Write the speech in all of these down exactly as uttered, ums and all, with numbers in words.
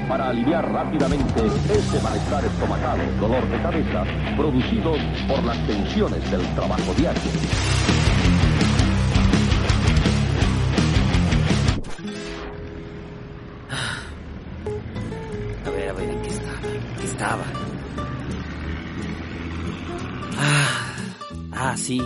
para aliviar rápidamente ese malestar estomacal, dolor de cabeza, producidos por las tensiones del trabajo diario. A ver, a ver, ¿en qué estaba? ¿En qué estaba? Ah, ah, sí.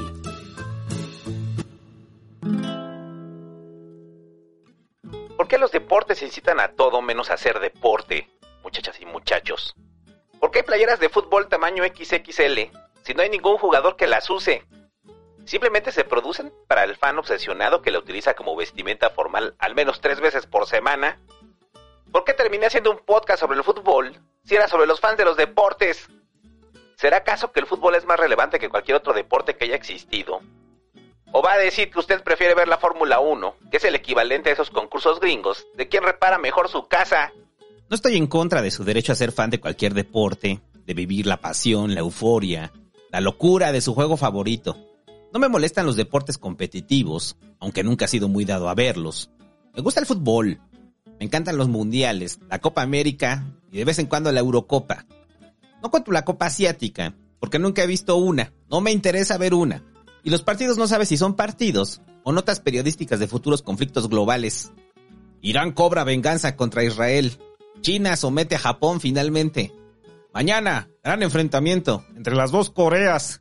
¿Por qué los deportes incitan a todo menos a hacer deporte, muchachas y muchachos? ¿Por qué hay playeras de fútbol tamaño equis equis ele si no hay ningún jugador que las use? Simplemente se producen para el fan obsesionado que la utiliza como vestimenta formal al menos tres veces por semana. ¿Por qué terminé haciendo un podcast sobre el fútbol si era sobre los fans de los deportes? ¿Será acaso que el fútbol es más relevante que cualquier otro deporte que haya existido? ¿O va a decir que usted prefiere ver la Fórmula uno, que es el equivalente a esos concursos gringos, de quién repara mejor su casa? No estoy en contra de su derecho a ser fan de cualquier deporte, de vivir la pasión, la euforia, la locura de su juego favorito. No me molestan los deportes competitivos, aunque nunca he sido muy dado a verlos. Me gusta el fútbol, me encantan los mundiales, la Copa América y de vez en cuando la Eurocopa. No cuento la Copa Asiática, porque nunca he visto una, no me interesa ver una. Y los partidos no sabes si son partidos o notas periodísticas de futuros conflictos globales. Irán cobra venganza contra Israel. China somete a Japón finalmente. Mañana, gran enfrentamiento entre las dos Coreas.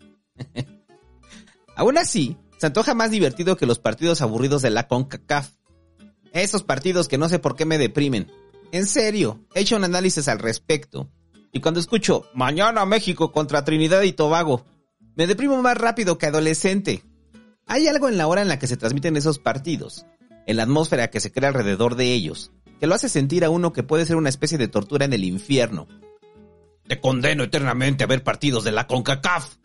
Aún así, se antoja más divertido que los partidos aburridos de la CONCACAF. Esos partidos que no sé por qué me deprimen. En serio, he hecho un análisis al respecto. Y cuando escucho, mañana México contra Trinidad y Tobago, me deprimo más rápido que adolescente. Hay algo en la hora en la que se transmiten esos partidos, en la atmósfera que se crea alrededor de ellos, que lo hace sentir a uno que puede ser una especie de tortura en el infierno. Te condeno eternamente a ver partidos de la CONCACAF.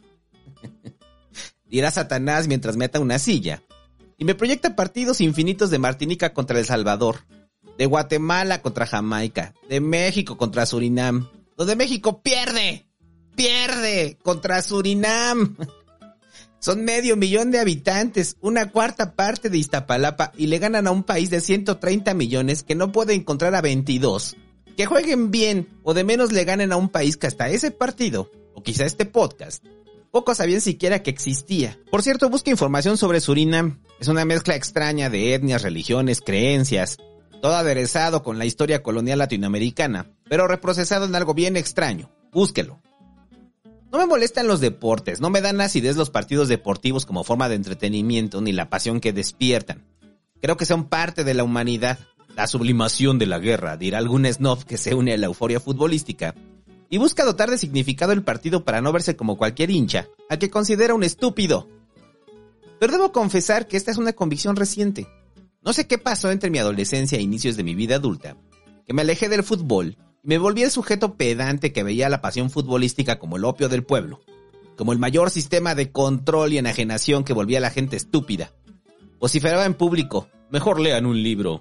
Dirá Satanás mientras me ata una silla, y me proyecta partidos infinitos de Martinica contra El Salvador, de Guatemala contra Jamaica, de México contra Surinam, donde México pierde. Pierde contra Surinam. Son medio millón de habitantes, una cuarta parte de Iztapalapa, y le ganan a un país de ciento treinta millones que no puede encontrar a veintidós. Que jueguen bien o de menos le ganen a un país que hasta ese partido, o quizá este podcast, pocos sabían siquiera que existía. Por cierto, busca información sobre Surinam. Es una mezcla extraña de etnias, religiones, creencias, todo aderezado con la historia colonial latinoamericana, pero reprocesado en algo bien extraño. Búsquelo. No me molestan los deportes, no me dan acidez los partidos deportivos como forma de entretenimiento ni la pasión que despiertan. Creo que son parte de la humanidad, la sublimación de la guerra, dirá algún snob que se une a la euforia futbolística y busca dotar de significado el partido para no verse como cualquier hincha, al que considera un estúpido. Pero debo confesar que esta es una convicción reciente. No sé qué pasó entre mi adolescencia e inicios de mi vida adulta, que me alejé del fútbol y me volví el sujeto pedante que veía la pasión futbolística como el opio del pueblo, como el mayor sistema de control y enajenación que volvía a la gente estúpida. Vociferaba en público, mejor lean un libro.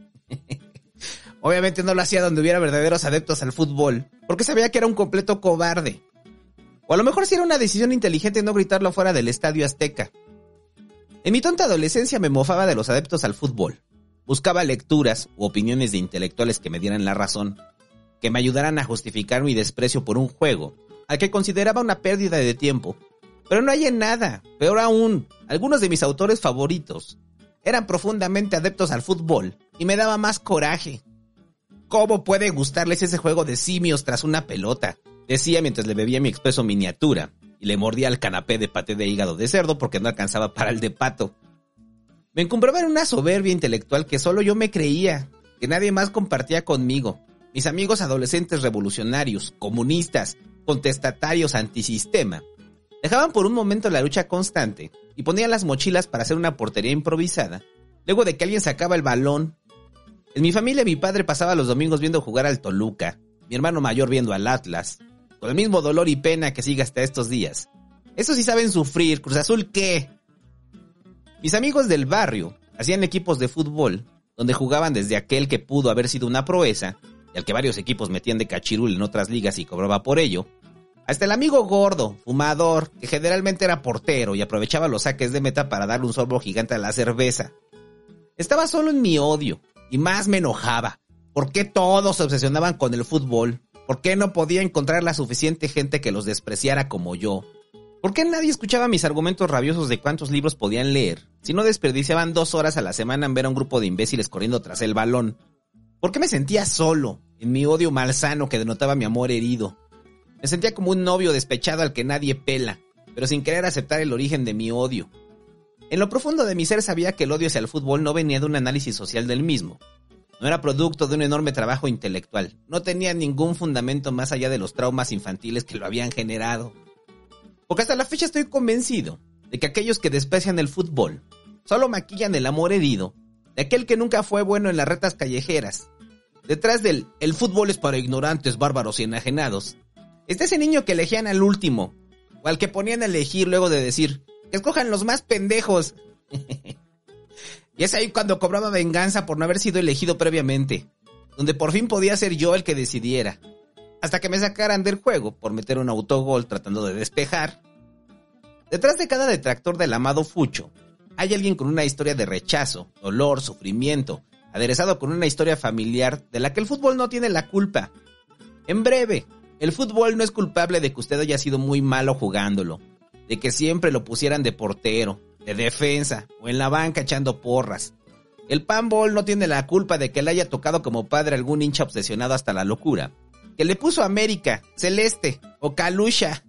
Obviamente no lo hacía donde hubiera verdaderos adeptos al fútbol, porque sabía que era un completo cobarde. O a lo mejor sí era una decisión inteligente no gritarlo fuera del Estadio Azteca. En mi tonta adolescencia me mofaba de los adeptos al fútbol. Buscaba lecturas u opiniones de intelectuales que me dieran la razón, que me ayudaran a justificar mi desprecio por un juego, al que consideraba una pérdida de tiempo. Pero no hallé nada. Peor aún, algunos de mis autores favoritos eran profundamente adeptos al fútbol y me daba más coraje. ¿Cómo puede gustarles ese juego de simios tras una pelota? Decía mientras le bebía mi expreso miniatura y le mordía el canapé de paté de hígado de cerdo porque no alcanzaba para el de pato. Me encumbraba en una soberbia intelectual que solo yo me creía, que nadie más compartía conmigo. Mis amigos adolescentes revolucionarios, comunistas, contestatarios antisistema, dejaban por un momento la lucha constante y ponían las mochilas para hacer una portería improvisada, luego de que alguien sacaba el balón. En mi familia mi padre pasaba los domingos viendo jugar al Toluca, mi hermano mayor viendo al Atlas, con el mismo dolor y pena que sigue hasta estos días. Esos sí saben sufrir, Cruz Azul, ¿qué? Mis amigos del barrio hacían equipos de fútbol, donde jugaban desde aquel que pudo haber sido una proeza, y al que varios equipos metían de cachirul en otras ligas y cobraba por ello, hasta el amigo gordo, fumador, que generalmente era portero y aprovechaba los saques de meta para darle un sorbo gigante a la cerveza. Estaba solo en mi odio, y más me enojaba, ¿Por qué todos se obsesionaban con el fútbol? ¿Por qué no podía encontrar la suficiente gente que los despreciara como yo? ¿Por qué nadie escuchaba mis argumentos rabiosos de cuántos libros podían leer, si no desperdiciaban dos horas a la semana en ver a un grupo de imbéciles corriendo tras el balón? ¿Por qué me sentía solo, en mi odio malsano que denotaba mi amor herido? Me sentía como un novio despechado al que nadie pela, pero sin querer aceptar el origen de mi odio. En lo profundo de mi ser sabía que el odio hacia el fútbol no venía de un análisis social del mismo. No era producto de un enorme trabajo intelectual. No tenía ningún fundamento más allá de los traumas infantiles que lo habían generado. Porque hasta la fecha estoy convencido de que aquellos que desprecian el fútbol solo maquillan el amor herido de aquel que nunca fue bueno en las retas callejeras. Detrás del "el fútbol es para ignorantes, bárbaros y enajenados" está ese niño que elegían al último, o al que ponían a elegir luego de decir que escojan los más pendejos. Y es ahí cuando cobraba venganza por no haber sido elegido previamente, donde por fin podía ser yo el que decidiera, hasta que me sacaran del juego por meter un autogol tratando de despejar. Detrás de cada detractor del amado Fucho, hay alguien con una historia de rechazo, dolor, sufrimiento, aderezado con una historia familiar de la que el fútbol no tiene la culpa. En breve, el fútbol no es culpable de que usted haya sido muy malo jugándolo, de que siempre lo pusieran de portero, de defensa o en la banca echando porras. El panball no tiene la culpa de que le haya tocado como padre algún hincha obsesionado hasta la locura, que le puso América, Celeste o Calusha.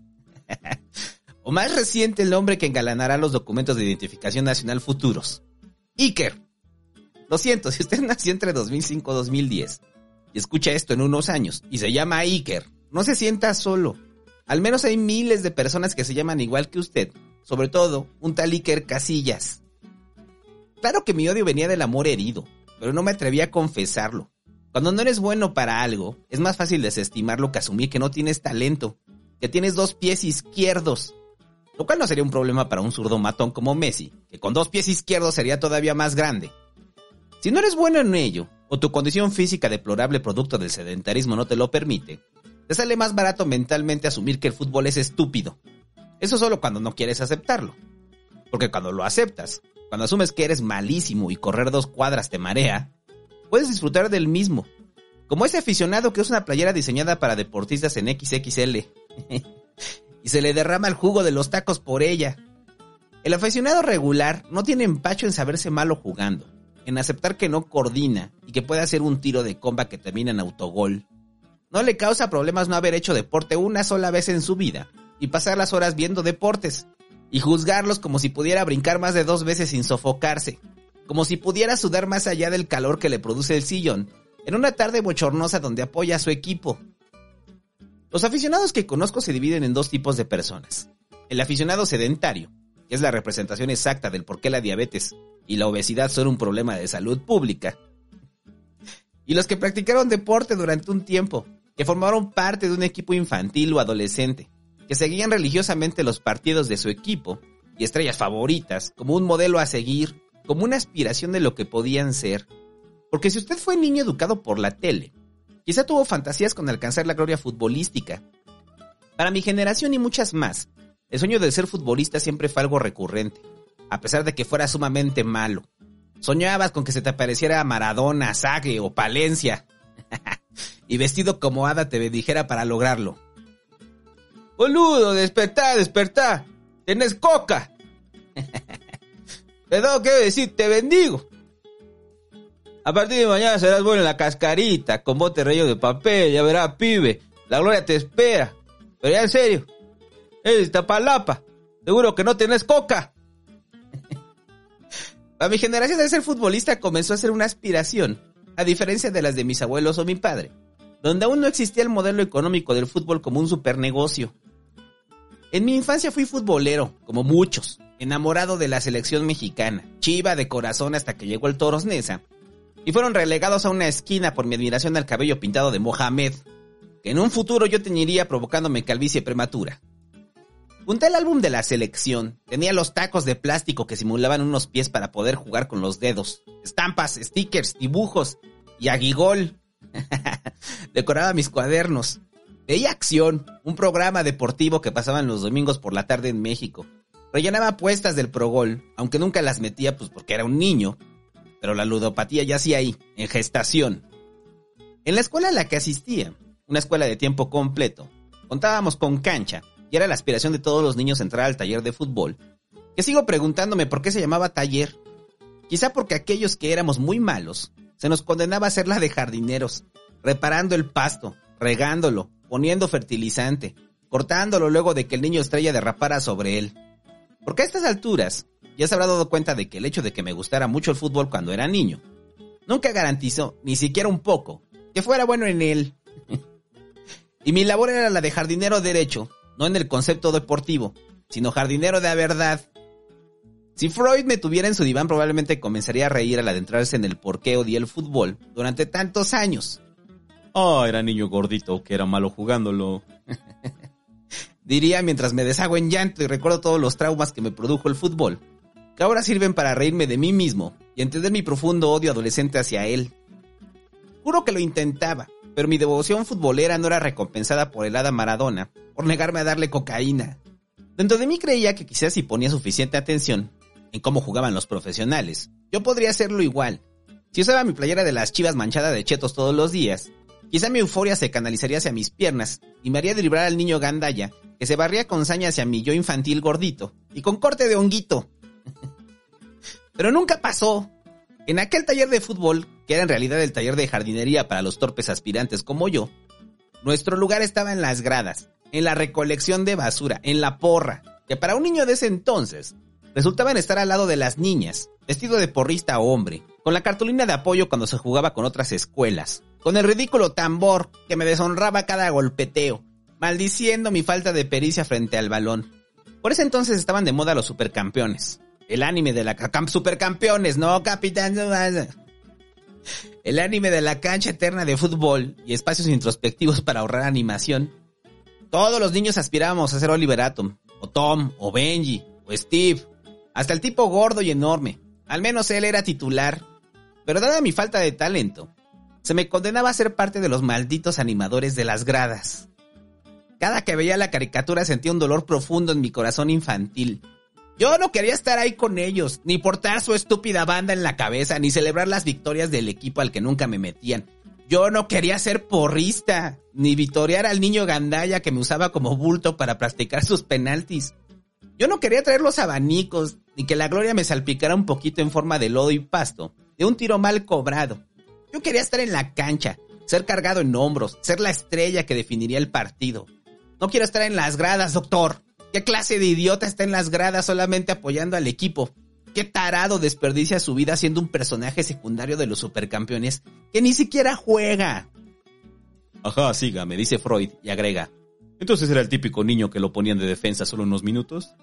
O más reciente, el hombre que engalanará los documentos de identificación nacional futuros. Iker. Lo siento, si usted nació entre dos mil cinco y dos mil diez y escucha esto en unos años y se llama Iker, no se sienta solo. Al menos hay miles de personas que se llaman igual que usted, sobre todo un tal Iker Casillas. Claro que mi odio venía del amor herido, pero no me atreví a confesarlo. Cuando no eres bueno para algo, es más fácil desestimarlo que asumir que no tienes talento, que tienes dos pies izquierdos. Lo cual no sería un problema para un zurdo matón como Messi, que con dos pies izquierdos sería todavía más grande. Si no eres bueno en ello, o tu condición física deplorable producto del sedentarismo no te lo permite, te sale más barato mentalmente asumir que el fútbol es estúpido. Eso solo cuando no quieres aceptarlo. Porque cuando lo aceptas, cuando asumes que eres malísimo y correr dos cuadras te marea, puedes disfrutar del mismo. Como ese aficionado que usa una playera diseñada para deportistas en equis equis ele y se le derrama el jugo de los tacos por ella. El aficionado regular no tiene empacho en saberse malo jugando, en aceptar que no coordina y que puede hacer un tiro de comba que termina en autogol. No le causa problemas no haber hecho deporte una sola vez en su vida y pasar las horas viendo deportes y juzgarlos como si pudiera brincar más de dos veces sin sofocarse, como si pudiera sudar más allá del calor que le produce el sillón en una tarde bochornosa donde apoya a su equipo. Los aficionados que conozco se dividen en dos tipos de personas. El aficionado sedentario, que es la representación exacta del por qué la diabetes y la obesidad son un problema de salud pública. Y los que practicaron deporte durante un tiempo, que formaron parte de un equipo infantil o adolescente, que seguían religiosamente los partidos de su equipo y estrellas favoritas como un modelo a seguir, como una aspiración de lo que podían ser. Porque si usted fue niño educado por la tele, quizá tuvo fantasías con alcanzar la gloria futbolística. Para mi generación y muchas más, el sueño de ser futbolista siempre fue algo recurrente, a pesar de que fuera sumamente malo. Soñabas con que se te apareciera Maradona, Zague o Palencia, y vestido como hada te bendijera para lograrlo. Boludo, despertá, despertá, tenés coca. Te tengo que decir, te bendigo. A partir de mañana serás bueno en la cascarita, con bote relleno de papel, ya verás, pibe, la gloria te espera. Pero ya en serio, eres Iztapalapa, seguro que no tenés coca. Para mi generación de ser futbolista comenzó a ser una aspiración, a diferencia de las de mis abuelos o mi padre, donde aún no existía el modelo económico del fútbol como un supernegocio. En mi infancia fui futbolero, como muchos, enamorado de la selección mexicana, chiva de corazón hasta que llegó el Toros Neza, y fueron relegados a una esquina por mi admiración al cabello pintado de Mohamed, que en un futuro yo teñiría provocándome calvicie prematura. Junté el álbum de la selección, tenía los tacos de plástico que simulaban unos pies para poder jugar con los dedos, estampas, stickers, dibujos y aguigol. Decoraba mis cuadernos. Veía Acción, un programa deportivo que pasaban los domingos por la tarde en México. Rellenaba apuestas del Progol, aunque nunca las metía pues porque era un niño, pero la ludopatía yacía ahí, en gestación. En la escuela a la que asistía, una escuela de tiempo completo, contábamos con cancha y era la aspiración de todos los niños entrar al taller de fútbol, que sigo preguntándome por qué se llamaba taller. Quizá porque aquellos que éramos muy malos, se nos condenaba a ser la de jardineros, reparando el pasto, regándolo, poniendo fertilizante, cortándolo luego de que el niño estrella derrapara sobre él. Porque a estas alturas ya se habrá dado cuenta de que el hecho de que me gustara mucho el fútbol cuando era niño nunca garantizó, ni siquiera un poco, que fuera bueno en él. Y mi labor era la de jardinero derecho, no en el concepto deportivo, sino jardinero de la verdad. Si Freud me tuviera en su diván, probablemente comenzaría a reír al adentrarse en el por qué odié el fútbol durante tantos años. Oh, era niño gordito, que era malo jugándolo. Diría mientras me deshago en llanto y recuerdo todos los traumas que me produjo el fútbol, que ahora sirven para reírme de mí mismo y entender mi profundo odio adolescente hacia él. Juro que lo intentaba, pero mi devoción futbolera no era recompensada por el hada Maradona por negarme a darle cocaína. Dentro de mí creía que quizás si ponía suficiente atención en cómo jugaban los profesionales, yo podría hacerlo igual. Si usaba mi playera de las Chivas manchada de chetos todos los días, quizá mi euforia se canalizaría hacia mis piernas y me haría driblar al niño gandalla que se barría con saña hacia mi yo infantil gordito y con corte de honguito. Pero nunca pasó. En aquel taller de fútbol, que era en realidad el taller de jardinería para los torpes aspirantes como yo, nuestro lugar estaba en las gradas, en la recolección de basura, en la porra, que para un niño de ese entonces resultaba en estar al lado de las niñas, vestido de porrista hombre, con la cartulina de apoyo cuando se jugaba con otras escuelas, con el ridículo tambor que me deshonraba cada golpeteo, maldiciendo mi falta de pericia frente al balón. Por ese entonces estaban de moda los supercampeones. El anime de la... Cam- supercampeones, no, capitán. El anime de la cancha eterna de fútbol y espacios introspectivos para ahorrar animación. Todos los niños aspirábamos a ser Oliver Atom, o Tom, o Benji, o Steve. Hasta el tipo gordo y enorme. Al menos él era titular. Pero dada mi falta de talento, se me condenaba a ser parte de los malditos animadores de las gradas. Cada que veía la caricatura sentía un dolor profundo en mi corazón infantil. Yo no quería estar ahí con ellos, ni portar su estúpida banda en la cabeza, ni celebrar las victorias del equipo al que nunca me metían. Yo no quería ser porrista, ni vitorear al niño gandalla que me usaba como bulto para practicar sus penaltis. Yo no quería traer los abanicos, ni que la gloria me salpicara un poquito en forma de lodo y pasto, de un tiro mal cobrado. Yo quería estar en la cancha, ser cargado en hombros, ser la estrella que definiría el partido. No quiero estar en las gradas, doctor. ¿Qué clase de idiota está en las gradas solamente apoyando al equipo? ¿Qué tarado desperdicia su vida siendo un personaje secundario de los supercampeones que ni siquiera juega? Ajá, siga, me dice Freud y agrega. ¿Entonces era el típico niño que lo ponían de defensa solo unos minutos?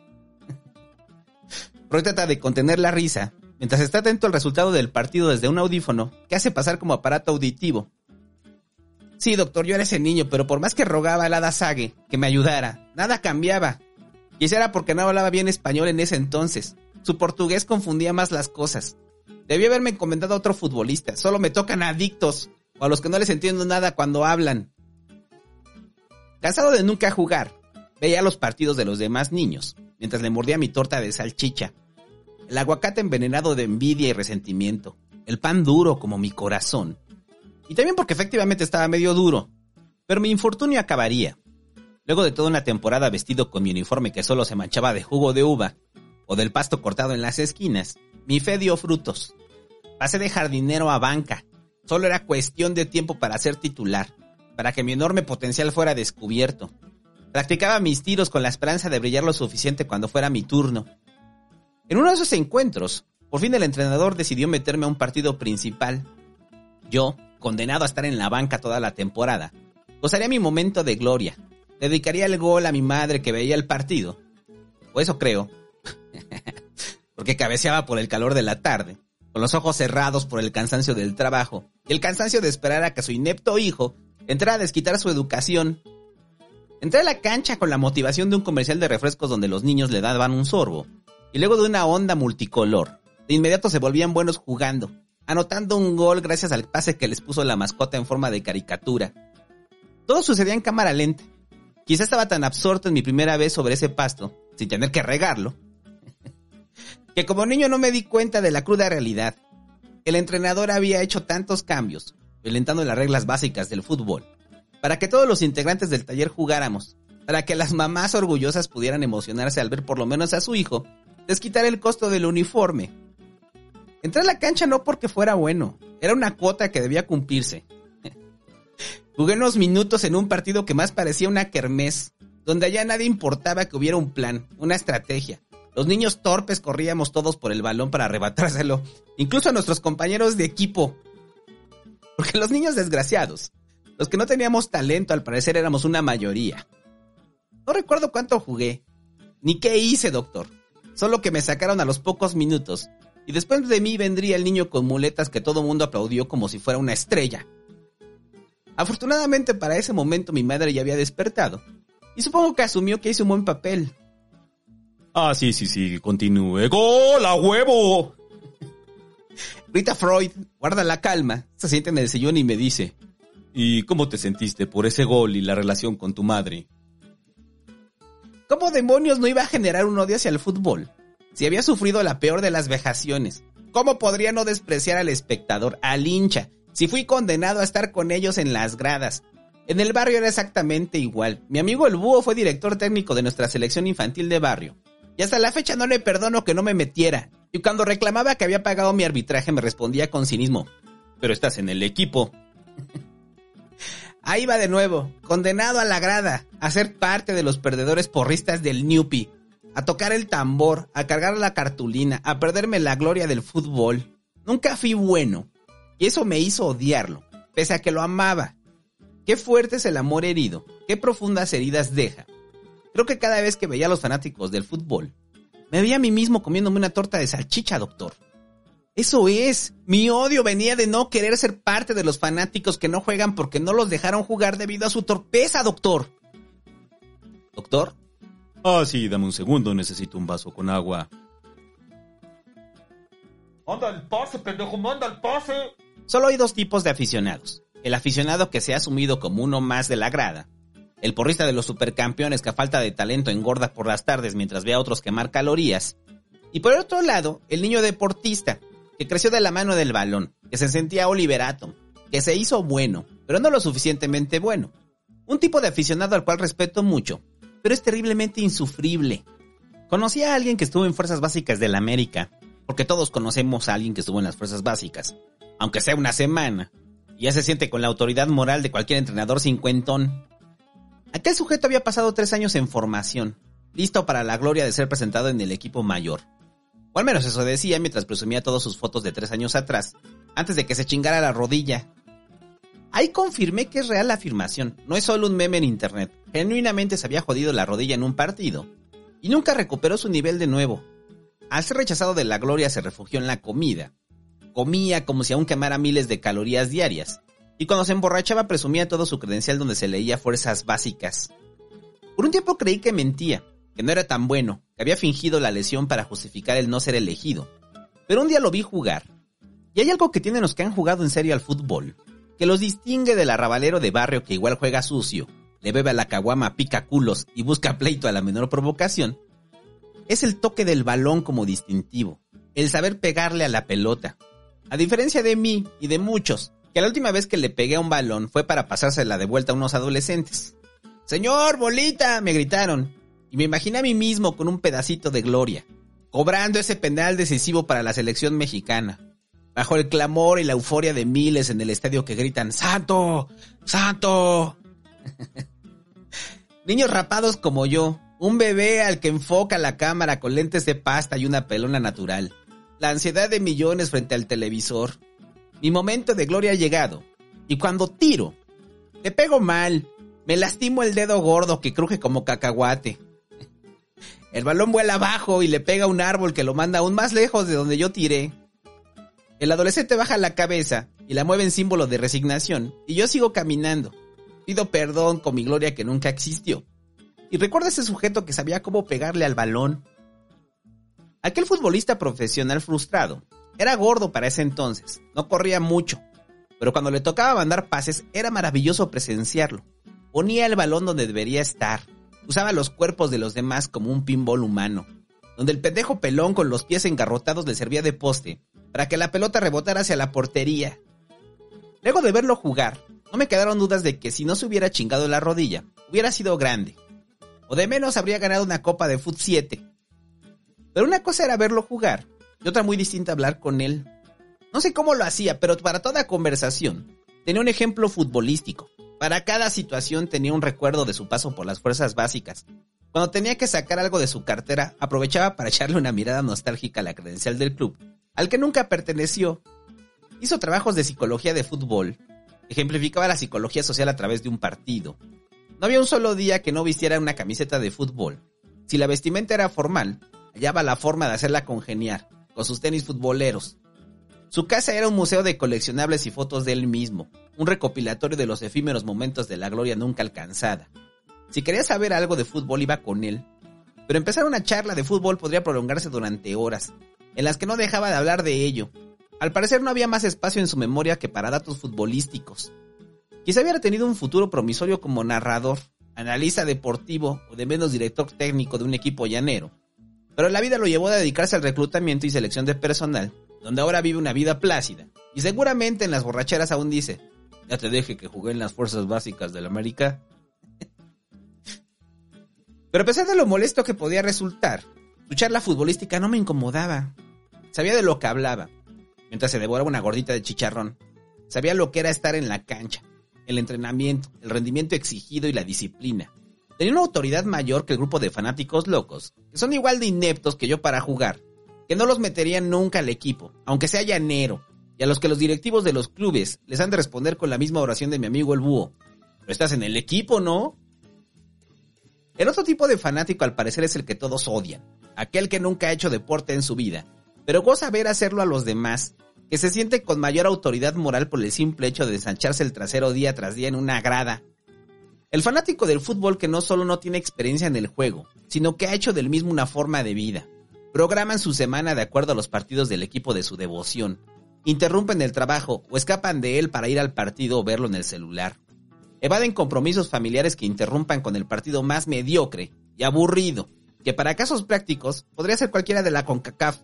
Freud trata de contener la risa mientras está atento al resultado del partido desde un audífono que hace pasar como aparato auditivo. Sí, doctor, yo era ese niño, pero por más que rogaba al hada Sage que me ayudara, nada cambiaba. Quizá era porque no hablaba bien español en ese entonces. Su portugués confundía más las cosas. Debí haberme encomendado a otro futbolista. Solo me tocan a adictos o a los que no les entiendo nada cuando hablan. Cansado de nunca jugar, veía los partidos de los demás niños mientras le mordía mi torta de salchicha. El aguacate envenenado de envidia y resentimiento. El pan duro como mi corazón. Y también porque efectivamente estaba medio duro. Pero mi infortunio acabaría. Luego de toda una temporada vestido con mi uniforme que solo se manchaba de jugo de uva o del pasto cortado en las esquinas, mi fe dio frutos. Pasé de jardinero a banca. Solo era cuestión de tiempo para ser titular, para que mi enorme potencial fuera descubierto. Practicaba mis tiros con la esperanza de brillar lo suficiente cuando fuera mi turno. En uno de esos encuentros, por fin el entrenador decidió meterme a un partido principal. Yo, condenado a estar en la banca toda la temporada, gozaría mi momento de gloria. Dedicaría el gol a mi madre que veía el partido. O eso creo. Porque cabeceaba por el calor de la tarde, con los ojos cerrados por el cansancio del trabajo y el cansancio de esperar a que su inepto hijo entrara a desquitar su educación. Entré a la cancha con la motivación de un comercial de refrescos donde los niños le daban un sorbo, y luego de una onda multicolor. De inmediato se volvían buenos jugando, anotando un gol gracias al pase que les puso la mascota en forma de caricatura. Todo sucedía en cámara lenta. Quizá estaba tan absorto en mi primera vez sobre ese pasto, sin tener que regarlo, que como niño no me di cuenta de la cruda realidad. El entrenador había hecho tantos cambios, violentando las reglas básicas del fútbol, para que todos los integrantes del taller jugáramos, para que las mamás orgullosas pudieran emocionarse al ver por lo menos a su hijo desquitar el costo del uniforme. Entré a la cancha no porque fuera bueno, era una cuota que debía cumplirse. Jugué unos minutos en un partido que más parecía una kermés, donde allá nadie importaba que hubiera un plan, una estrategia. Los niños torpes corríamos todos por el balón para arrebatárselo, incluso a nuestros compañeros de equipo. Porque los niños desgraciados, los que no teníamos talento, al parecer éramos una mayoría. No recuerdo cuánto jugué, ni qué hice, doctor. Solo que me sacaron a los pocos minutos, y después de mí vendría el niño con muletas que todo mundo aplaudió como si fuera una estrella. Afortunadamente para ese momento mi madre ya había despertado, y supongo que asumió que hice un buen papel. Ah, sí, sí, sí, continúe. ¡Gol, a huevo! Rita Freud guarda la calma, se sienta en el sillón y me dice: ¿y cómo te sentiste por ese gol y la relación con tu madre? ¿Cómo demonios no iba a generar un odio hacia el fútbol? Si había sufrido la peor de las vejaciones, ¿cómo podría no despreciar al espectador, al hincha? Si fui condenado a estar con ellos en las gradas. En el barrio era exactamente igual. Mi amigo el Búho fue director técnico de nuestra selección infantil de barrio. Y hasta la fecha no le perdono que no me metiera. Y cuando reclamaba que había pagado mi arbitraje me respondía con cinismo: pero estás en el equipo. Ahí va de nuevo, condenado a la grada, a ser parte de los perdedores porristas del Ñupi, a tocar el tambor, a cargar la cartulina, a perderme la gloria del fútbol. Nunca fui bueno, y eso me hizo odiarlo, pese a que lo amaba. Qué fuerte es el amor herido, qué profundas heridas deja. Creo que cada vez que veía a los fanáticos del fútbol, me veía a mí mismo comiéndome una torta de salchicha, doctor. Eso es, mi odio venía de no querer ser parte de los fanáticos que no juegan porque no los dejaron jugar debido a su torpeza, doctor. ¿Doctor? Ah, sí, dame un segundo, necesito un vaso con agua. ¡Manda el pase, pendejo, manda el pase! Solo hay dos tipos de aficionados. El aficionado que se ha asumido como uno más de la grada. El porrista de los supercampeones que a falta de talento engorda por las tardes mientras ve a otros quemar calorías. Y por otro lado, el niño deportista, que creció de la mano del balón, que se sentía Oliver Atom, que se hizo bueno, pero no lo suficientemente bueno. Un tipo de aficionado al cual respeto mucho, pero es terriblemente insufrible. Conocí a alguien que estuvo en Fuerzas Básicas de la América, porque todos conocemos a alguien que estuvo en las Fuerzas Básicas, aunque sea una semana, y ya se siente con la autoridad moral de cualquier entrenador cincuentón. Aquel sujeto había pasado tres años en formación, listo para la gloria de ser presentado en el equipo mayor. O al menos eso decía mientras presumía todas sus fotos de tres años atrás, antes de que se chingara la rodilla. Ahí confirmé que es real la afirmación, no es solo un meme en internet. Genuinamente se había jodido la rodilla en un partido, y nunca recuperó su nivel de nuevo. Al ser rechazado de la gloria se refugió en la comida. Comía como si aún quemara miles de calorías diarias, y cuando se emborrachaba presumía todo su credencial donde se leía Fuerzas Básicas. Por un tiempo creí que mentía, que no era tan bueno, que había fingido la lesión para justificar el no ser elegido. Pero un día lo vi jugar, y hay algo que tienen los que han jugado en serio al fútbol, que los distingue del arrabalero de barrio que igual juega sucio, le bebe a la caguama, pica culos y busca pleito a la menor provocación. Es el toque del balón como distintivo, el saber pegarle a la pelota. A diferencia de mí y de muchos, que la última vez que le pegué a un balón fue para pasársela de vuelta a unos adolescentes. ¡Señor, bolita!, me gritaron, y me imaginé a mí mismo con un pedacito de gloria, cobrando ese penal decisivo para la selección mexicana, bajo el clamor y la euforia de miles en el estadio que gritan ¡Santo! ¡Santo! Niños rapados como yo, un bebé al que enfoca la cámara con lentes de pasta y una pelona natural, la ansiedad de millones frente al televisor. Mi momento de gloria ha llegado, y cuando tiro, le pego mal, me lastimo el dedo gordo que cruje como cacahuate. El balón vuela abajo y le pega a un árbol que lo manda aún más lejos de donde yo tiré. El adolescente baja la cabeza y la mueve en símbolo de resignación, y yo sigo caminando. Pido perdón con mi gloria que nunca existió. Y recuerdo a ese sujeto que sabía cómo pegarle al balón. Aquel futbolista profesional frustrado era gordo para ese entonces, no corría mucho, pero cuando le tocaba mandar pases era maravilloso presenciarlo. Ponía el balón donde debería estar, usaba los cuerpos de los demás como un pinball humano, donde el pendejo pelón con los pies engarrotados le servía de poste para que la pelota rebotara hacia la portería. Luego de verlo jugar, no me quedaron dudas de que si no se hubiera chingado la rodilla, hubiera sido grande. O de menos habría ganado una copa de fut siete. Pero una cosa era verlo jugar y otra muy distinta hablar con él. No sé cómo lo hacía, pero para toda conversación tenía un ejemplo futbolístico. Para cada situación tenía un recuerdo de su paso por las fuerzas básicas. Cuando tenía que sacar algo de su cartera, aprovechaba para echarle una mirada nostálgica a la credencial del club, al que nunca perteneció. Hizo trabajos de psicología de fútbol. Ejemplificaba la psicología social a través de un partido. No había un solo día que no vistiera una camiseta de fútbol. Si la vestimenta era formal, hallaba la forma de hacerla congeniar, con sus tenis futboleros. Su casa era un museo de coleccionables y fotos de él mismo, un recopilatorio de los efímeros momentos de la gloria nunca alcanzada. Si quería saber algo de fútbol iba con él, pero empezar una charla de fútbol podría prolongarse durante horas, en las que no dejaba de hablar de ello. Al parecer no había más espacio en su memoria que para datos futbolísticos. Quizá hubiera tenido un futuro promisorio como narrador, analista deportivo o de menos director técnico de un equipo llanero, pero la vida lo llevó a dedicarse al reclutamiento y selección de personal, donde ahora vive una vida plácida, y seguramente en las borracheras aún dice: ya te dije que jugué en las fuerzas básicas del América. Pero a pesar de lo molesto que podía resultar, su charla futbolística no me incomodaba. Sabía de lo que hablaba, mientras se devoraba una gordita de chicharrón. Sabía lo que era estar en la cancha, el entrenamiento, el rendimiento exigido y la disciplina. Tenía una autoridad mayor que el grupo de fanáticos locos, que son igual de ineptos que yo para jugar, que no los meterían nunca al equipo, aunque sea llanero, y a los que los directivos de los clubes les han de responder con la misma oración de mi amigo el búho: pero estás en el equipo, ¿no? El otro tipo de fanático al parecer es el que todos odian, aquel que nunca ha hecho deporte en su vida, pero goza ver hacerlo a los demás, que se siente con mayor autoridad moral por el simple hecho de ensancharse el trasero día tras día en una grada. El fanático del fútbol que no solo no tiene experiencia en el juego, sino que ha hecho del mismo una forma de vida. Programan su semana de acuerdo a los partidos del equipo de su devoción, interrumpen el trabajo o escapan de él para ir al partido o verlo en el celular. Evaden compromisos familiares que interrumpan con el partido más mediocre y aburrido, que para casos prácticos podría ser cualquiera de la CONCACAF.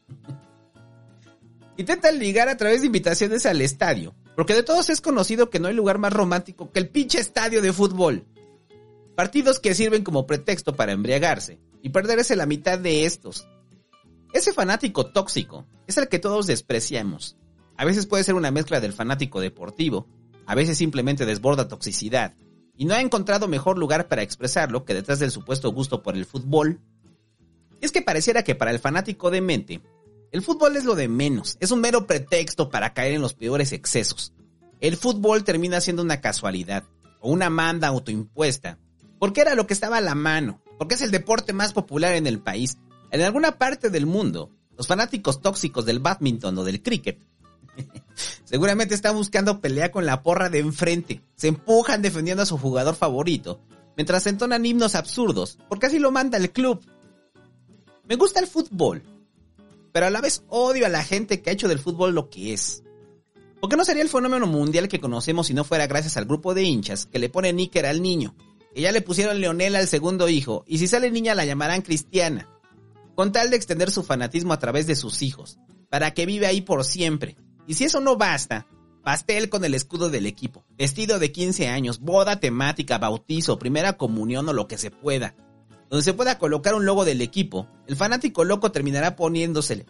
Intentan ligar a través de invitaciones al estadio, porque de todos es conocido que no hay lugar más romántico que el pinche estadio de fútbol. Partidos que sirven como pretexto para embriagarse y perderse la mitad de estos. Ese fanático tóxico es el que todos despreciamos. A veces puede ser una mezcla del fanático deportivo, a veces simplemente desborda toxicidad, y no ha encontrado mejor lugar para expresarlo que detrás del supuesto gusto por el fútbol. Es que pareciera que para el fanático demente, el fútbol es lo de menos, es un mero pretexto para caer en los peores excesos. El fútbol termina siendo una casualidad, o una manda autoimpuesta, porque era lo que estaba a la mano, porque es el deporte más popular en el país. En alguna parte del mundo, los fanáticos tóxicos del bádminton o del cricket seguramente están buscando pelea con la porra de enfrente, se empujan defendiendo a su jugador favorito, mientras entonan himnos absurdos, porque así lo manda el club. Me gusta el fútbol, pero a la vez odio a la gente que ha hecho del fútbol lo que es. Porque no sería el fenómeno mundial que conocemos si no fuera gracias al grupo de hinchas que le ponen níquer al niño, que ya le pusieron Leonela al segundo hijo, y si sale niña la llamarán Cristiana, con tal de extender su fanatismo a través de sus hijos, para que vive ahí por siempre. Y si eso no basta, pastel con el escudo del equipo, vestido de quince años, boda temática, bautizo, primera comunión o lo que se pueda, donde se pueda colocar un logo del equipo, el fanático loco terminará poniéndosele.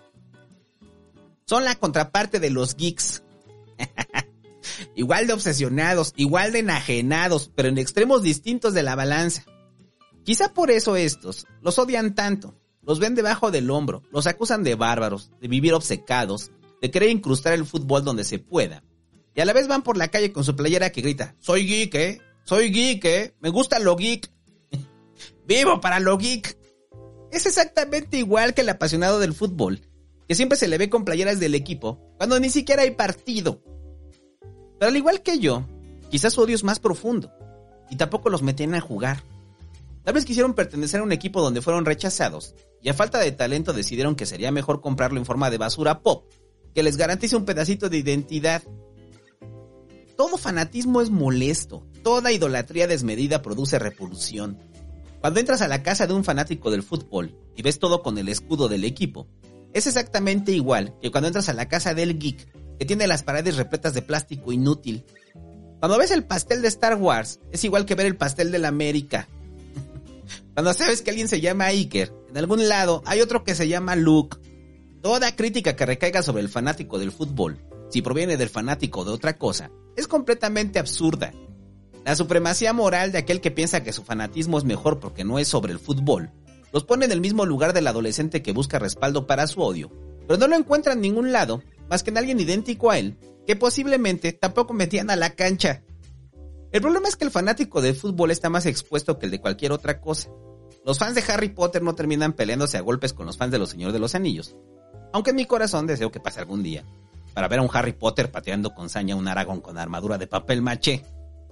Son la contraparte de los geeks. Igual de obsesionados, igual de enajenados, pero en extremos distintos de la balanza. Quizá por eso estos los odian tanto, los ven debajo del hombro, los acusan de bárbaros, de vivir obcecados, de querer incrustar el fútbol donde se pueda. Y a la vez van por la calle con su playera que grita: soy geek, eh, soy geek, eh, me gusta lo geek. ¡Vivo para lo geek! Es exactamente igual que el apasionado del fútbol, que siempre se le ve con playeras del equipo, cuando ni siquiera hay partido. Pero al igual que yo, quizás su odio es más profundo, y tampoco los metían a jugar. Tal vez quisieron pertenecer a un equipo donde fueron rechazados, y a falta de talento decidieron que sería mejor comprarlo en forma de basura pop, que les garantice un pedacito de identidad. Todo fanatismo es molesto, toda idolatría desmedida produce repulsión. Cuando entras a la casa de un fanático del fútbol y ves todo con el escudo del equipo, es exactamente igual que cuando entras a la casa del geek que tiene las paredes repletas de plástico inútil. Cuando ves el pastel de Star Wars, es igual que ver el pastel de la América. Cuando sabes que alguien se llama Iker, en algún lado hay otro que se llama Luke. Toda crítica que recaiga sobre el fanático del fútbol, si proviene del fanático de otra cosa, es completamente absurda. La supremacía moral de aquel que piensa que su fanatismo es mejor porque no es sobre el fútbol, los pone en el mismo lugar del adolescente que busca respaldo para su odio, pero no lo encuentra en ningún lado, más que en alguien idéntico a él, que posiblemente tampoco metían a la cancha. El problema es que el fanático del fútbol está más expuesto que el de cualquier otra cosa. Los fans de Harry Potter no terminan peleándose a golpes con los fans de los Señor de los Anillos, aunque en mi corazón deseo que pase algún día, para ver a un Harry Potter pateando con saña a un Aragorn con armadura de papel maché.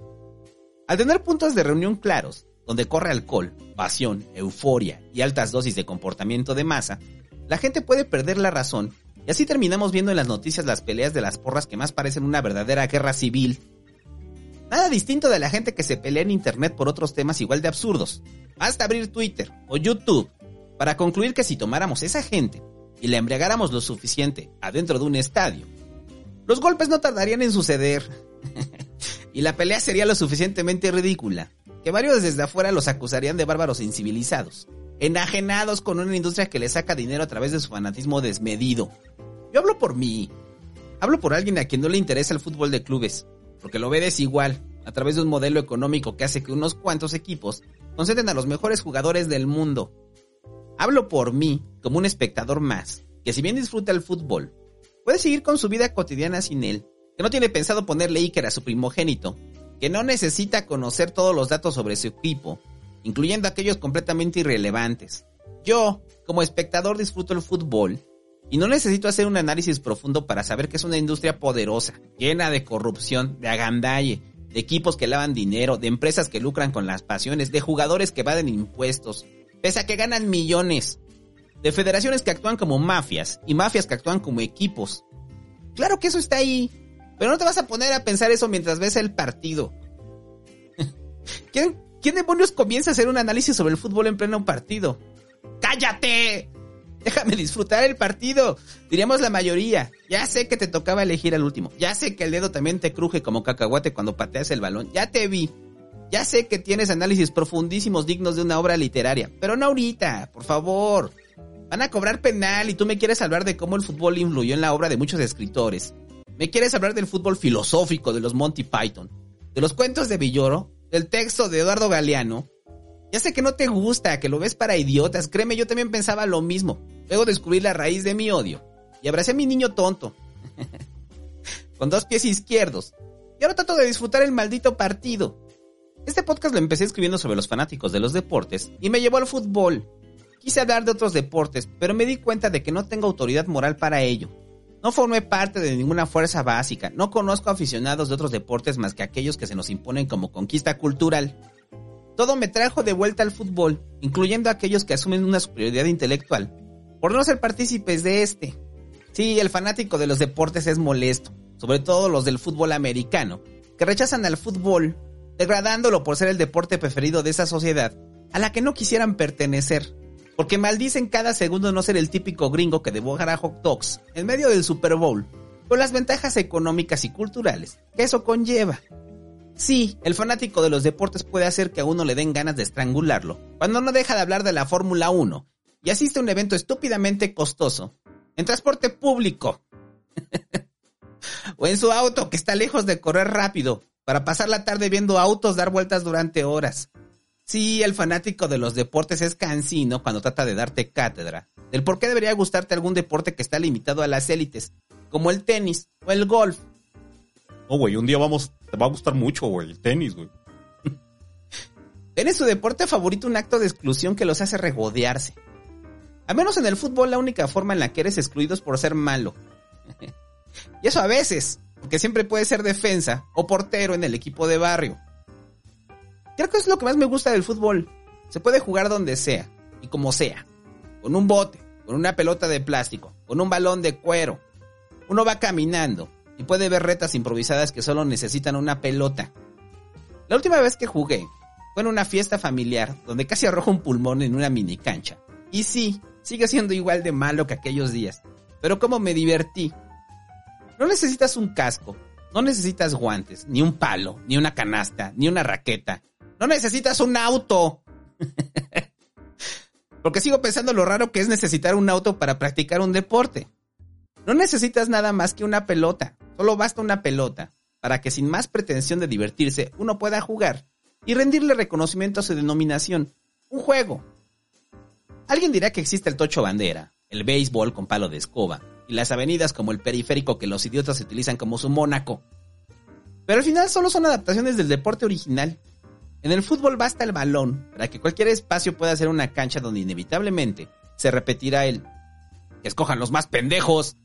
Al tener puntos de reunión claros, donde corre alcohol, pasión, euforia y altas dosis de comportamiento de masa, la gente puede perder la razón y así terminamos viendo en las noticias las peleas de las porras que más parecen una verdadera guerra civil. Nada distinto de la gente que se pelea en internet por otros temas igual de absurdos. Basta abrir Twitter o YouTube para concluir que si tomáramos esa gente y la embriagáramos lo suficiente adentro de un estadio, los golpes no tardarían en suceder y la pelea sería lo suficientemente ridícula que varios desde afuera los acusarían de bárbaros incivilizados, enajenados con una industria que les saca dinero a través de su fanatismo desmedido. Yo hablo por mí, hablo por alguien a quien no le interesa el fútbol de clubes, porque lo ve desigual, a través de un modelo económico que hace que unos cuantos equipos concentren a los mejores jugadores del mundo. Hablo por mí, como un espectador más, que si bien disfruta el fútbol, puede seguir con su vida cotidiana sin él, que no tiene pensado ponerle Iker a su primogénito, que no necesita conocer todos los datos sobre su equipo, incluyendo aquellos completamente irrelevantes. Yo, como espectador, disfruto el fútbol y no necesito hacer un análisis profundo para saber que es una industria poderosa, llena de corrupción, de agandalle, de equipos que lavan dinero, de empresas que lucran con las pasiones, de jugadores que evaden impuestos, pese a que ganan millones, de federaciones que actúan como mafias y mafias que actúan como equipos. Claro que eso está ahí, pero no te vas a poner a pensar eso mientras ves el partido. ¿Quién, ¿Quién demonios comienza a hacer un análisis sobre el fútbol en pleno partido? ¡Cállate! Déjame disfrutar el partido, diríamos la mayoría. Ya sé que te tocaba elegir al último. Ya sé que el dedo también te cruje como cacahuate cuando pateas el balón. Ya te vi. Ya sé que tienes análisis profundísimos dignos de una obra literaria. Pero no ahorita, por favor. Van a cobrar penal y tú me quieres hablar de cómo el fútbol influyó en la obra de muchos escritores. Me quieres hablar del fútbol filosófico de los Monty Python, de los cuentos de Villoro, del texto de Eduardo Galeano. Ya sé que no te gusta, que lo ves para idiotas. Créeme, yo también pensaba lo mismo. Luego descubrí la raíz de mi odio y abracé a mi niño tonto con dos pies izquierdos. Y ahora trato de disfrutar el maldito partido. Este podcast lo empecé escribiendo sobre los fanáticos de los deportes y me llevó al fútbol. Quise hablar de otros deportes, pero me di cuenta de que no tengo autoridad moral para ello. No formé parte de ninguna fuerza básica. No conozco aficionados de otros deportes más que aquellos que se nos imponen como conquista cultural. Todo me trajo de vuelta al fútbol, incluyendo a aquellos que asumen una superioridad intelectual por no ser partícipes de este. Sí, el fanático de los deportes es molesto, sobre todo los del fútbol americano, que rechazan al fútbol, degradándolo por ser el deporte preferido de esa sociedad a la que no quisieran pertenecer, porque maldicen cada segundo no ser el típico gringo que devora hot dogs en medio del Super Bowl, con las ventajas económicas y culturales que eso conlleva. Sí, el fanático de los deportes puede hacer que a uno le den ganas de estrangularlo cuando no deja de hablar de la Fórmula uno y asiste a un evento estúpidamente costoso en transporte público o en su auto que está lejos de correr rápido para pasar la tarde viendo autos dar vueltas durante horas. Sí, el fanático de los deportes es cansino cuando trata de darte cátedra del por qué debería gustarte algún deporte que está limitado a las élites, como el tenis o el golf. No, güey, un día vamos, te va a gustar mucho, güey, el tenis, güey. ¿Ven en su deporte favorito un acto de exclusión que los hace regodearse? A menos en el fútbol la única forma en la que eres excluido es por ser malo. Y eso a veces, porque siempre puedes ser defensa o portero en el equipo de barrio. Creo que eso es lo que más me gusta del fútbol. Se puede jugar donde sea y como sea. Con un bote, con una pelota de plástico, con un balón de cuero. Uno va caminando y puede ver retas improvisadas que solo necesitan una pelota. La última vez que jugué fue en una fiesta familiar donde casi arrojo un pulmón en una mini cancha. Y sí, sigue siendo igual de malo que aquellos días, pero cómo me divertí. No necesitas un casco, no necesitas guantes, ni un palo, ni una canasta, ni una raqueta. No necesitas un auto. Porque sigo pensando lo raro que es necesitar un auto para practicar un deporte. No necesitas nada más que una pelota. Solo basta una pelota para que sin más pretensión de divertirse uno pueda jugar y rendirle reconocimiento a su denominación. Un juego. Alguien dirá que existe el tocho bandera, el béisbol con palo de escoba y las avenidas como el periférico que los idiotas utilizan como su Mónaco. Pero al final solo son adaptaciones del deporte original. En el fútbol basta el balón para que cualquier espacio pueda ser una cancha donde inevitablemente se repetirá el que escojan los más pendejos.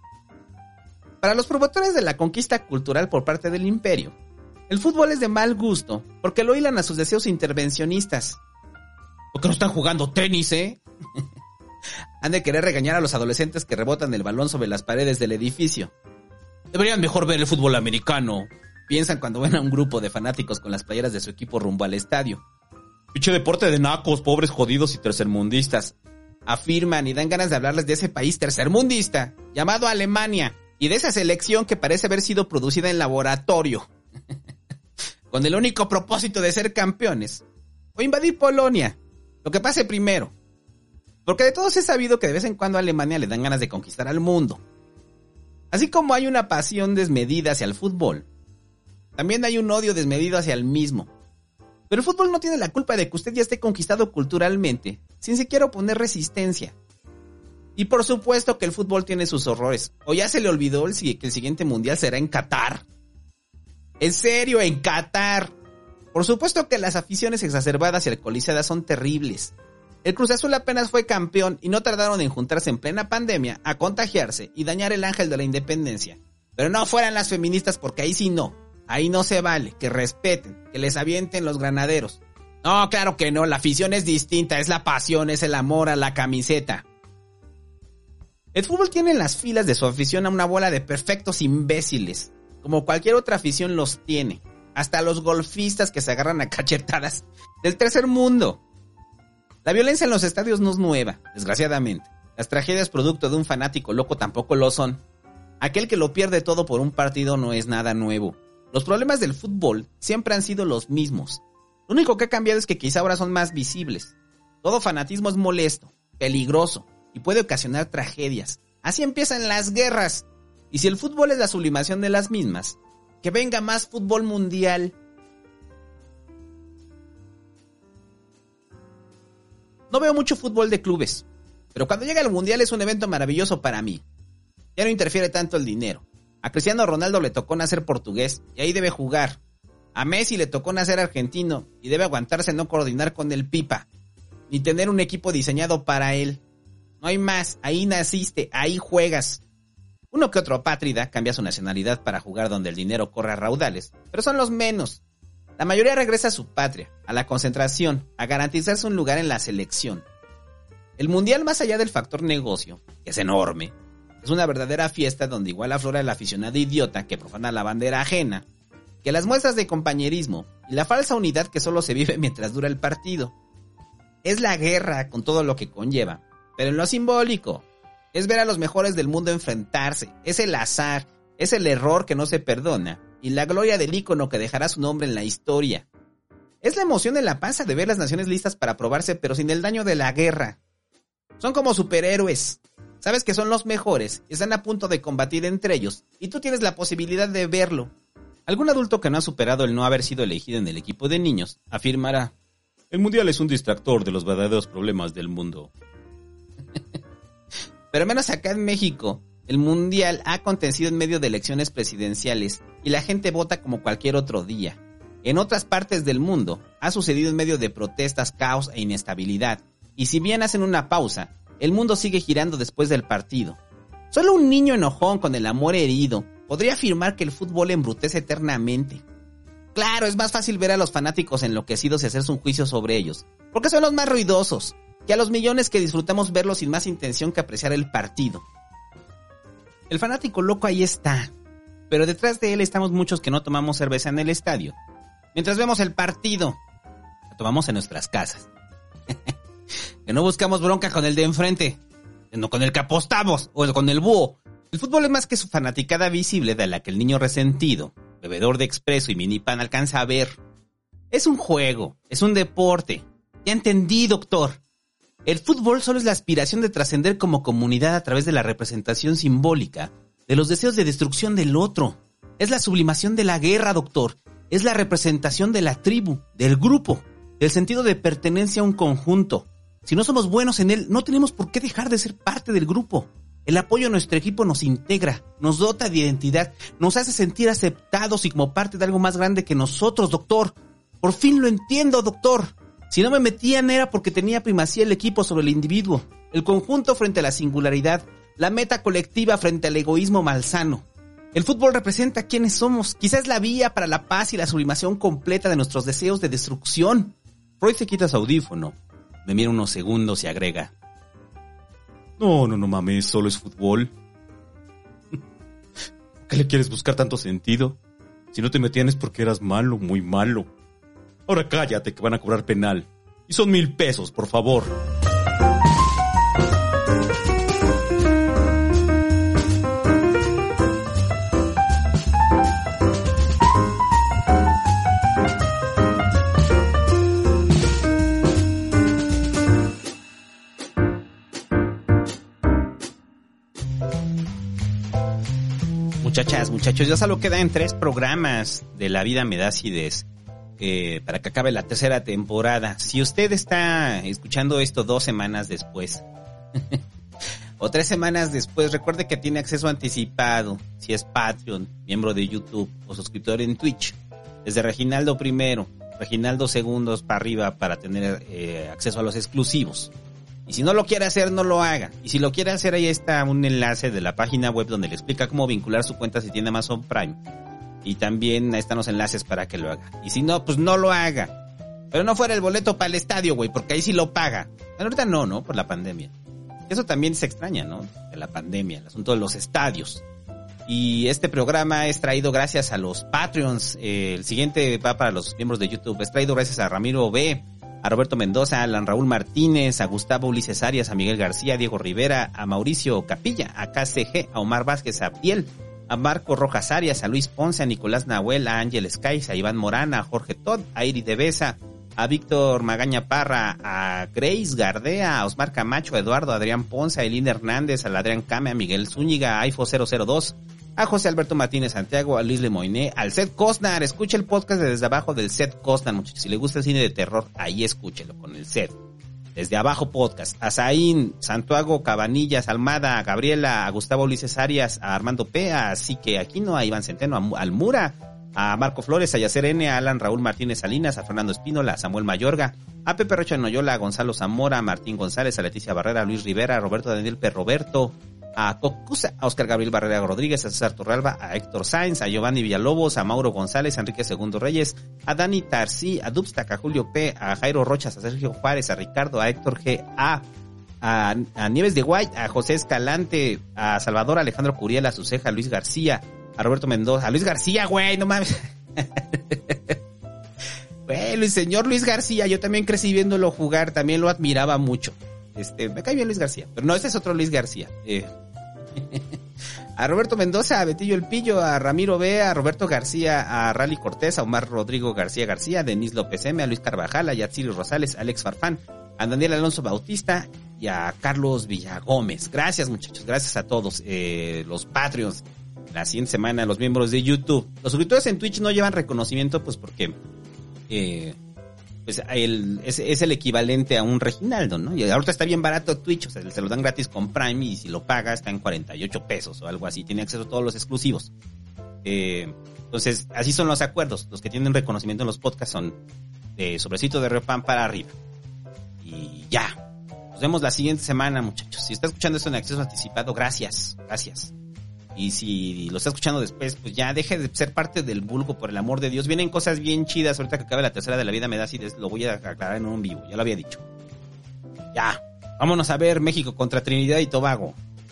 Para los promotores de la conquista cultural por parte del imperio, el fútbol es de mal gusto porque lo hilan a sus deseos intervencionistas. Porque no están jugando tenis, ¿eh? Han de querer regañar a los adolescentes que rebotan el balón sobre las paredes del edificio. Deberían mejor ver el fútbol americano, piensan cuando ven a un grupo de fanáticos con las playeras de su equipo rumbo al estadio. Pinche deporte de nacos, pobres jodidos y tercermundistas. Afirman y dan ganas de hablarles de ese país tercermundista, llamado Alemania, y de esa selección que parece haber sido producida en laboratorio, con el único propósito de ser campeones, o invadir Polonia, lo que pase primero. Porque de todos he sabido que de vez en cuando a Alemania le dan ganas de conquistar al mundo. Así como hay una pasión desmedida hacia el fútbol, también hay un odio desmedido hacia el mismo. Pero el fútbol no tiene la culpa de que usted ya esté conquistado culturalmente, sin siquiera oponer resistencia. Y por supuesto que el fútbol tiene sus horrores. ¿O ya se le olvidó el, que el siguiente mundial será en Qatar? En serio, en Qatar. Por supuesto que las aficiones exacerbadas y alcoholizadas son terribles. El Cruz Azul apenas fue campeón y no tardaron en juntarse en plena pandemia a contagiarse y dañar el ángel de la independencia. Pero no fueran las feministas porque ahí sí no. Ahí no se vale, que respeten, que les avienten los granaderos. No, claro que no, la afición es distinta, es la pasión, es el amor a la camiseta. El fútbol tiene en las filas de su afición a una bola de perfectos imbéciles, como cualquier otra afición los tiene, hasta los golfistas que se agarran a cachetadas del tercer mundo. La violencia en los estadios no es nueva, desgraciadamente. Las tragedias producto de un fanático loco tampoco lo son. Aquel que lo pierde todo por un partido no es nada nuevo. Los problemas del fútbol siempre han sido los mismos. Lo único que ha cambiado es que quizá ahora son más visibles. Todo fanatismo es molesto, peligroso y puede ocasionar tragedias. Así empiezan las guerras. Y si el fútbol es la sublimación de las mismas, que venga más fútbol mundial. No veo mucho fútbol de clubes, pero cuando llega el mundial es un evento maravilloso para mí. Ya no interfiere tanto el dinero. A Cristiano Ronaldo le tocó nacer portugués y ahí debe jugar. A Messi le tocó nacer argentino y debe aguantarse no coordinar con el Pipa, ni tener un equipo diseñado para él. No hay más, ahí naciste, ahí juegas. Uno que otro apátrida cambia su nacionalidad para jugar donde el dinero corre a raudales, pero son los menos. La mayoría regresa a su patria, a la concentración, a garantizarse un lugar en la selección. El mundial, más allá del factor negocio, que es enorme, es una verdadera fiesta donde igual aflora el aficionado idiota que profana la bandera ajena, que las muestras de compañerismo y la falsa unidad que solo se vive mientras dura el partido. Es la guerra con todo lo que conlleva, pero en lo simbólico. Es ver a los mejores del mundo enfrentarse, es el azar, es el error que no se perdona y la gloria del ícono que dejará su nombre en la historia. Es la emoción en la panza de ver las naciones listas para probarse pero sin el daño de la guerra. Son como superhéroes. Sabes que son los mejores y están a punto de combatir entre ellos y tú tienes la posibilidad de verlo. Algún adulto que no ha superado el no haber sido elegido en el equipo de niños afirmará: el mundial es un distractor de los verdaderos problemas del mundo. Pero menos acá en México, el mundial ha acontecido en medio de elecciones presidenciales y la gente vota como cualquier otro día. En otras partes del mundo ha sucedido en medio de protestas, caos e inestabilidad. Y si bien hacen una pausa, el mundo sigue girando después del partido. Solo un niño enojón con el amor herido podría afirmar que el fútbol embrutece eternamente. Claro, es más fácil ver a los fanáticos enloquecidos y hacerse un juicio sobre ellos, porque son los más ruidosos, que a los millones que disfrutamos verlos sin más intención que apreciar el partido. El fanático loco ahí está, pero detrás de él estamos muchos que no tomamos cerveza en el estadio, mientras vemos el partido. La tomamos en nuestras casas. Que no buscamos bronca con el de enfrente, sino con el que apostamos, o con el búho. El fútbol es más que su fanaticada visible de la que el niño resentido, bebedor de expreso y minipan alcanza a ver. Es un juego, es un deporte. Ya entendí, doctor. El fútbol solo es la aspiración de trascender como comunidad a través de la representación simbólica de los deseos de destrucción del otro. Es la sublimación de la guerra, doctor. Es la representación de la tribu, del grupo, del sentido de pertenencia a un conjunto. Si no somos buenos en él, no tenemos por qué dejar de ser parte del grupo. El apoyo a nuestro equipo nos integra, nos dota de identidad, nos hace sentir aceptados y como parte de algo más grande que nosotros, doctor. Por fin lo entiendo, doctor. Si no me metían era porque tenía primacía el equipo sobre el individuo, el conjunto frente a la singularidad, la meta colectiva frente al egoísmo malsano. El fútbol representa quiénes somos, quizás la vía para la paz y la sublimación completa de nuestros deseos de destrucción. Freud se quita su audífono, me mira unos segundos y agrega: No, no, no mames, solo es fútbol. ¿Qué le quieres buscar tanto sentido? Si no te metían es porque eras malo, muy malo. Ahora cállate que van a cobrar penal. Y son mil pesos, por favor. Muchachas, muchachos, ya solo quedan tres programas de La Vida Me da Acidez eh, para que acabe la tercera temporada. Si usted está escuchando esto dos semanas después o tres semanas después, recuerde que tiene acceso anticipado si es Patreon, miembro de YouTube o suscriptor en Twitch. Desde Reginaldo primero, Reginaldo segundos para arriba para tener eh, acceso a los exclusivos. Y si no lo quiere hacer, no lo haga. Y si lo quiere hacer, ahí está un enlace de la página web donde le explica cómo vincular su cuenta si tiene Amazon Prime. Y también ahí están los enlaces para que lo haga. Y si no, pues no lo haga. Pero no fuera el boleto para el estadio, güey, porque ahí sí lo paga. Bueno, ahorita no, ¿no? Por la pandemia. Eso también se extraña, ¿no? De la pandemia, el asunto de los estadios. Y este programa es traído gracias a los Patreons. Eh, el siguiente va para los miembros de YouTube. Es traído gracias a Ramiro B., a Roberto Mendoza, a Alan Raúl Martínez, a Gustavo Ulises Arias, a Miguel García, a Diego Rivera, a Mauricio Capilla, a K C G, a Omar Vázquez, a Piel, a Marco Rojas Arias, a Luis Ponce, a Nicolás Nahuel, a Ángel Skies, a Iván Morana, a Jorge Todd, a Iri de Besa, a Víctor Magaña Parra, a Grace Gardea, a Osmar Camacho, a Eduardo Adrián Ponce, a Elina Hernández, a Adrián Came, a Miguel Zúñiga, a Aifo cero cero dos, a José Alberto Martínez Santiago, a Luis Lemoyne, al Seth Cosnar. Escuche el podcast de Desde Abajo del Seth Cosnar, muchachos. Si le gusta el cine de terror, ahí escúchelo con el Seth. Desde Abajo Podcast. A Zain, Santuago, Cabanillas, Almada, a Gabriela, a Gustavo Ulises Arias, a Armando P., a Sique Aquino, a Iván Centeno, a Almura, a Marco Flores, a Yacer N., a Alan Raúl Martínez Salinas, a Fernando Espínola, a Samuel Mayorga, a Pepe Rocha Noyola, a Gonzalo Zamora, a Martín González, a Leticia Barrera, a Luis Rivera, a Roberto Daniel Perroberto, a Cocusa, a Oscar Gabriel Barrera Rodríguez, a César Torralba, a Héctor Sainz, a Giovanni Villalobos, a Mauro González, a Enrique Segundo Reyes, a Dani Tarcí, a Dubstack, a Julio P., a Jairo Rochas, a Sergio Juárez, a Ricardo, a Héctor G. A., a, a Nieves de White, a José Escalante, a Salvador Alejandro Curiel, a Suceja, a Luis García, a Roberto Mendoza, a Luis García, güey, no mames. Güey, el señor Luis García, yo también crecí viéndolo jugar, también lo admiraba mucho. Este, me cae bien Luis García, pero no, ese es otro Luis García. Eh, a Roberto Mendoza, a Betillo El Pillo, a Ramiro B., a Roberto García, a Rally Cortés, a Omar Rodrigo García García, a Denis López M., a Luis Carvajal, a Yatsiri Rosales, a Alex Farfán, a Daniel Alonso Bautista y a Carlos Villagómez. Gracias, muchachos, gracias a todos, eh, los Patreons. La siguiente semana, los miembros de YouTube. Los suscriptores en Twitch no llevan reconocimiento, pues porque eh, pues el, es, es el equivalente a un Reginaldo, ¿no? Y ahorita está bien barato Twitch, o sea, se lo dan gratis con Prime y si lo paga está en cuarenta y ocho pesos o algo así. Tiene acceso a todos los exclusivos. Eh, entonces, así son los acuerdos. Los que tienen reconocimiento en los podcasts son de sobrecito de Reopan para arriba. Y ya. Nos vemos la siguiente semana, muchachos. Si está escuchando esto en acceso anticipado, gracias. Gracias. Y si lo está escuchando después, pues ya deje de ser parte del vulgo, por el amor de Dios. Vienen cosas bien chidas. Ahorita que acabe la tercera de La Vida Me da Acidez, lo voy a aclarar en un vivo. Ya lo había dicho. Ya. Vámonos a ver México contra Trinidad y Tobago.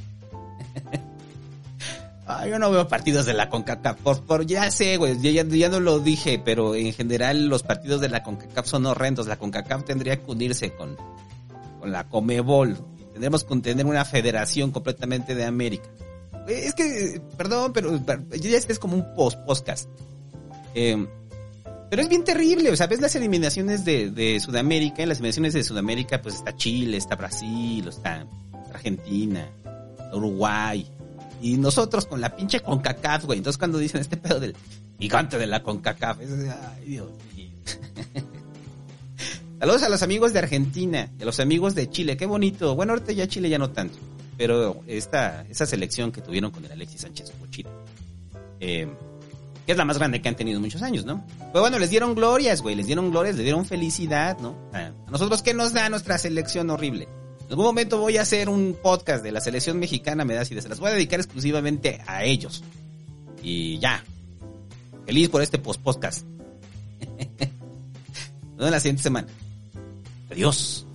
Ah, yo no veo partidos de la CONCACAF. Por, por ya sé, güey. Ya, ya no lo dije, pero en general los partidos de la CONCACAF son horrendos. La CONCACAF tendría que unirse con, con la CONMEBOL. Tendremos que tener una federación completamente de América. Es que, perdón, pero ya este es como un post-podcast. Eh, pero es bien terrible, o sea, ves las eliminaciones de, de Sudamérica, en las eliminaciones de Sudamérica, pues está Chile, está Brasil, está Argentina, Uruguay, y nosotros con la pinche CONCACAF, güey. Entonces cuando dicen este pedo del gigante de la CONCACAF, es, ay, Dios mío. Saludos a los amigos de Argentina, y a los amigos de Chile, qué bonito. Bueno, ahorita ya Chile ya no tanto, pero esta, esa selección que tuvieron con el Alexis Sánchez fue chida. Eh, que es la más grande que han tenido en muchos años, ¿no? Pero bueno, les dieron glorias, güey, les dieron glorias, les dieron felicidad, ¿no? A nosotros, ¿qué nos da nuestra selección horrible? En algún momento voy a hacer un podcast de la selección mexicana, me da así de se las voy a dedicar exclusivamente a ellos. Y ya. Feliz por este post-podcast. Nos vemos la siguiente semana. Adiós.